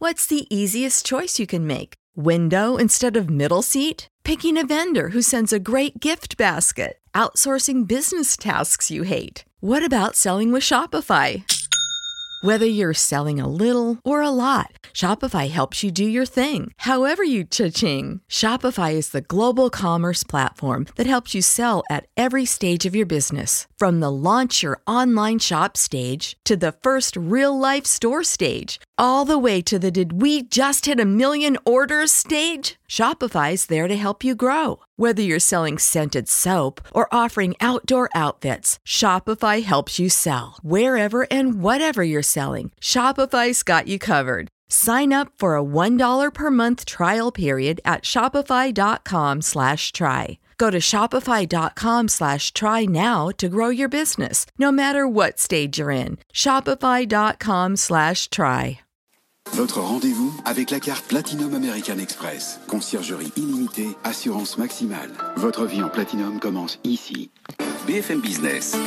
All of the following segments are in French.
What's the easiest choice you can make? Window instead of middle seat? Picking a vendor who sends a great gift basket? Outsourcing business tasks you hate? What about selling with Shopify? Whether you're selling a little or a lot, Shopify helps you do your thing, however you cha-ching. Shopify is the global commerce platform that helps you sell at every stage of your business. From the launch your online shop stage to the first real-life store stage, all the way to the did we just hit a million orders stage? Shopify's there to help you grow. Whether you're selling scented soap or offering outdoor outfits, Shopify helps you sell. Wherever and whatever you're selling, Shopify's got you covered. Sign up for a $1 per month trial period at shopify.com/try. Go to shopify.com/try now to grow your business, no matter what stage you're in. Shopify.com/try. Votre rendez-vous avec la carte Platinum American Express. Conciergerie illimitée, assurance maximale. Votre vie en Platinum commence ici. BFM Business.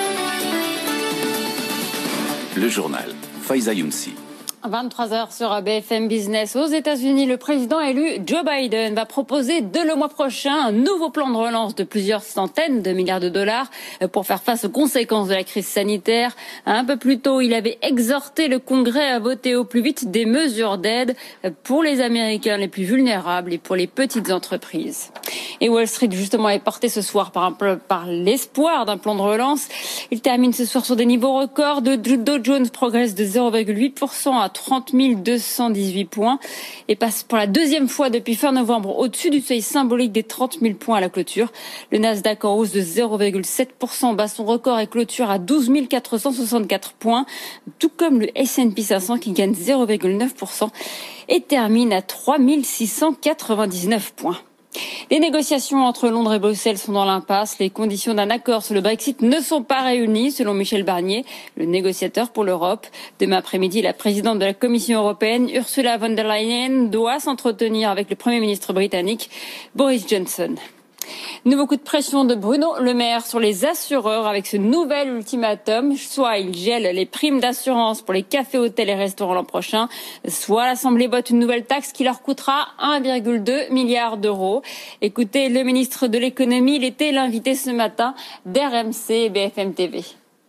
Le journal. Faiza Younsi. 23h sur BFM Business. Aux États-Unis, le président élu Joe Biden va proposer dès le mois prochain un nouveau plan de relance de plusieurs centaines de milliards de dollars pour faire face aux conséquences de la crise sanitaire. Un peu plus tôt, il avait exhorté le Congrès à voter au plus vite des mesures d'aide pour les Américains les plus vulnérables et pour les petites entreprises. Et Wall Street, justement, est porté ce soir par l'espoir d'un plan de relance. Il termine ce soir sur des niveaux records. Le Dow Jones progresse de 0,8% à 30 218 points et passe pour la deuxième fois depuis fin novembre au-dessus du seuil symbolique des 30 000 points à la clôture. Le Nasdaq en hausse de 0,7% bat son record et clôture à 12 464 points, tout comme le S&P 500 qui gagne 0,9% et termine à 3 699 points. Les négociations entre Londres et Bruxelles sont dans l'impasse. Les conditions d'un accord sur le Brexit ne sont pas réunies, selon Michel Barnier, le négociateur pour l'Europe. Demain après-midi, la présidente de la Commission européenne, Ursula von der Leyen, doit s'entretenir avec le Premier ministre britannique, Boris Johnson. Nouveau coup de pression de Bruno Le Maire sur les assureurs avec ce nouvel ultimatum. Soit il gèle les primes d'assurance pour les cafés, hôtels et restaurants l'an prochain, soit l'Assemblée vote une nouvelle taxe qui leur coûtera 1,2 milliard d'euros. Écoutez, le ministre de l'économie, il était l'invité ce matin d'RMC et BFM TV.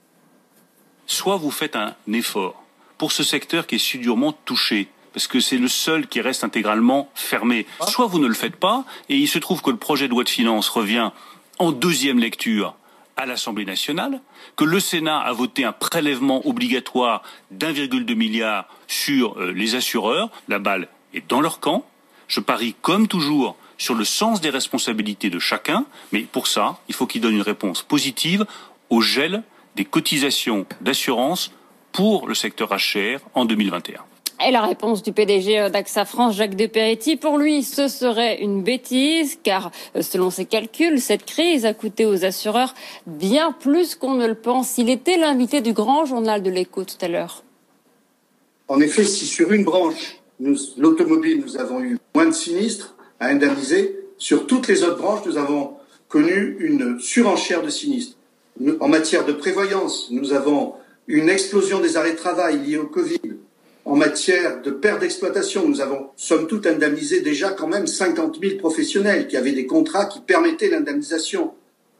Soit vous faites un effort pour ce secteur qui est si durement touché, parce que c'est le seul qui reste intégralement fermé. Soit vous ne le faites pas, et il se trouve que le projet de loi de finances revient en deuxième lecture à l'Assemblée nationale, que le Sénat a voté un prélèvement obligatoire d'1,2 milliard sur les assureurs. La balle est dans leur camp. Je parie comme toujours sur le sens des responsabilités de chacun, mais pour ça, il faut qu'ils donnent une réponse positive au gel des cotisations d'assurance pour le secteur HR en 2021. Et la réponse du PDG d'AXA France, Jacques de Peretti, pour lui, ce serait une bêtise, car selon ses calculs, cette crise a coûté aux assureurs bien plus qu'on ne le pense. Il était l'invité du grand journal de l'Écho tout à l'heure. En effet, si sur une branche, l'automobile, nous avons eu moins de sinistres à indemniser, sur toutes les autres branches, nous avons connu une surenchère de sinistres. En matière de prévoyance, nous avons une explosion des arrêts de travail liés au Covid. En matière de perte d'exploitation, nous avons, somme toute, indemnisé déjà quand même 50 000 professionnels qui avaient des contrats qui permettaient l'indemnisation.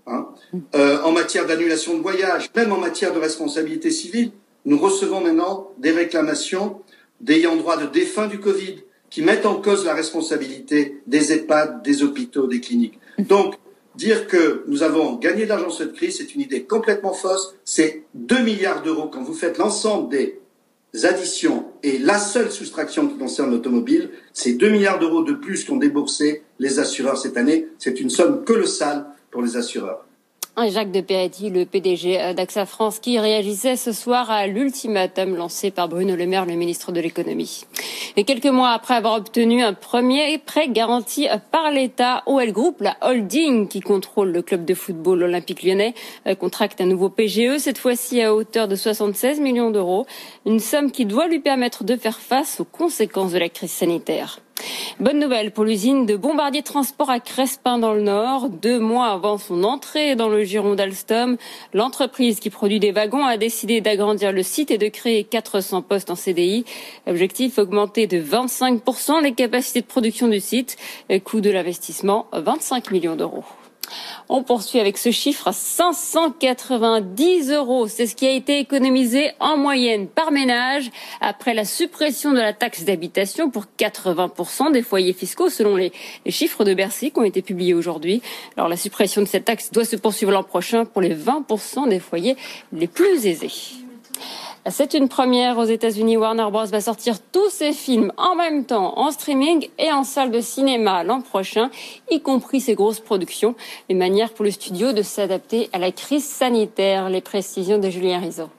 En matière d'annulation de voyage, même en matière de responsabilité civile, nous recevons maintenant des réclamations d'ayants droit de défunts du Covid qui mettent en cause la responsabilité des EHPAD, des hôpitaux, des cliniques. Donc, dire que nous avons gagné de l'argent sur cette crise, c'est une idée complètement fausse. C'est 2 milliards d'euros quand vous faites l'ensemble des additions et la seule soustraction qui concerne l'automobile, c'est 2 milliards d'euros de plus qu'ont déboursé les assureurs cette année. C'est une somme colossale pour les assureurs. Jacques de Peretti, le PDG d'AXA France, qui réagissait ce soir à l'ultimatum lancé par Bruno Le Maire, le ministre de l'économie. Et quelques mois après avoir obtenu un premier prêt garanti par l'État, OL Group, la holding qui contrôle le club de football olympique lyonnais, contracte un nouveau PGE, cette fois-ci à hauteur de 76 millions d'euros. Une somme qui doit lui permettre de faire face aux conséquences de la crise sanitaire. Bonne nouvelle pour l'usine de Bombardier Transport à Crespin dans le Nord. 2 mois avant son entrée dans le giron d'Alstom, l'entreprise qui produit des wagons a décidé d'agrandir le site et de créer 400 postes en CDI. Objectif, augmenter de 25% les capacités de production du site. Coût de l'investissement, 25 millions d'euros. On poursuit avec ce chiffre, 590 €. C'est ce qui a été économisé en moyenne par ménage après la suppression de la taxe d'habitation pour 80% des foyers fiscaux, selon les chiffres de Bercy qui ont été publiés aujourd'hui. Alors la suppression de cette taxe doit se poursuivre l'an prochain pour les 20% des foyers les plus aisés. C'est une première aux États-Unis. Warner Bros va sortir tous ses films en même temps en streaming et en salle de cinéma l'an prochain, y compris ses grosses productions. Une manière pour le studio de s'adapter à la crise sanitaire. Les précisions de Julien Rizzo.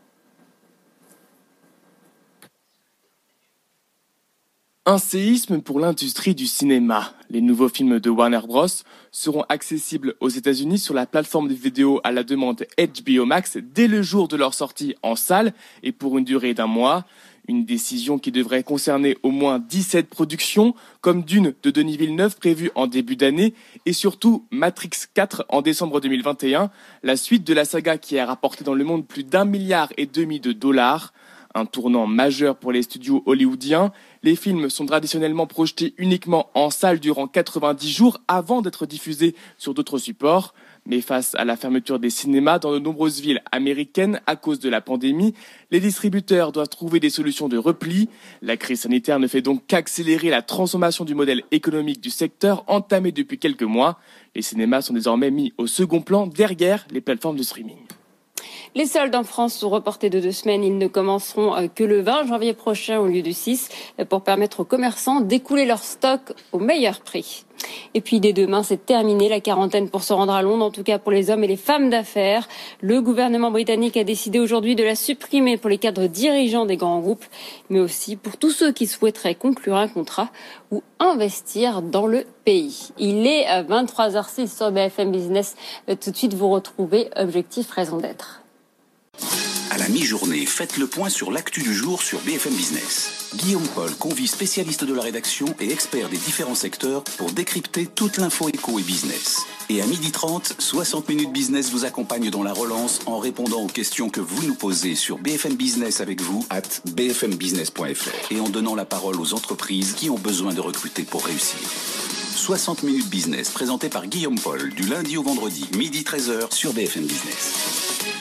Un séisme pour l'industrie du cinéma. Les nouveaux films de Warner Bros seront accessibles aux États-Unis sur la plateforme de vidéo à la demande HBO Max dès le jour de leur sortie en salle et pour une durée d'1 mois. Une décision qui devrait concerner au moins 17 productions, comme Dune de Denis Villeneuve prévue en début d'année et surtout Matrix 4 en décembre 2021, la suite de la saga qui a rapporté dans le monde plus d'1,5 milliard de dollars. Un tournant majeur pour les studios hollywoodiens. Les films sont traditionnellement projetés uniquement en salle durant 90 jours avant d'être diffusés sur d'autres supports. Mais face à la fermeture des cinémas dans de nombreuses villes américaines à cause de la pandémie, les distributeurs doivent trouver des solutions de repli. La crise sanitaire ne fait donc qu'accélérer la transformation du modèle économique du secteur entamé depuis quelques mois. Les cinémas sont désormais mis au second plan derrière les plateformes de streaming. Les soldes en France sont reportés de 2 semaines. Ils ne commenceront que le 20 janvier prochain au lieu du 6 pour permettre aux commerçants d'écouler leur stock au meilleur prix. Et puis dès demain, c'est terminé la quarantaine pour se rendre à Londres, en tout cas pour les hommes et les femmes d'affaires. Le gouvernement britannique a décidé aujourd'hui de la supprimer pour les cadres dirigeants des grands groupes, mais aussi pour tous ceux qui souhaiteraient conclure un contrat ou investir dans le pays. Il est 23h06 sur BFM Business. Tout de suite, vous retrouvez Objectif Raison d'être. À la mi-journée, faites le point sur l'actu du jour sur BFM Business. Guillaume Paul convie spécialistes de la rédaction et experts des différents secteurs pour décrypter toute l'info éco et business. Et à 12h30, 60 minutes business vous accompagne dans la relance en répondant aux questions que vous nous posez sur BFM Business avec vous @bfmbusiness.fr et en donnant la parole aux entreprises qui ont besoin de recruter pour réussir. 60 minutes business présenté par Guillaume Paul du lundi au vendredi, 12h-13h sur BFM Business.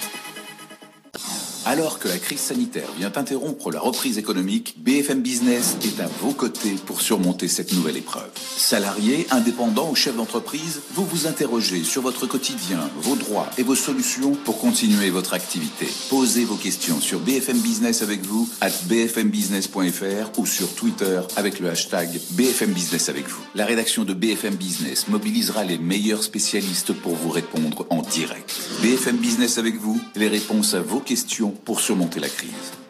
Alors que la crise sanitaire vient interrompre la reprise économique, BFM Business est à vos côtés pour surmonter cette nouvelle épreuve. Salariés, indépendants ou chefs d'entreprise, vous vous interrogez sur votre quotidien, vos droits et vos solutions pour continuer votre activité. Posez vos questions sur BFM Business avec vous @bfmbusiness.fr ou sur Twitter avec le hashtag BFM Business avec vous. La rédaction de BFM Business mobilisera les meilleurs spécialistes pour vous répondre en direct. BFM Business avec vous, les réponses à vos questions pour surmonter la crise.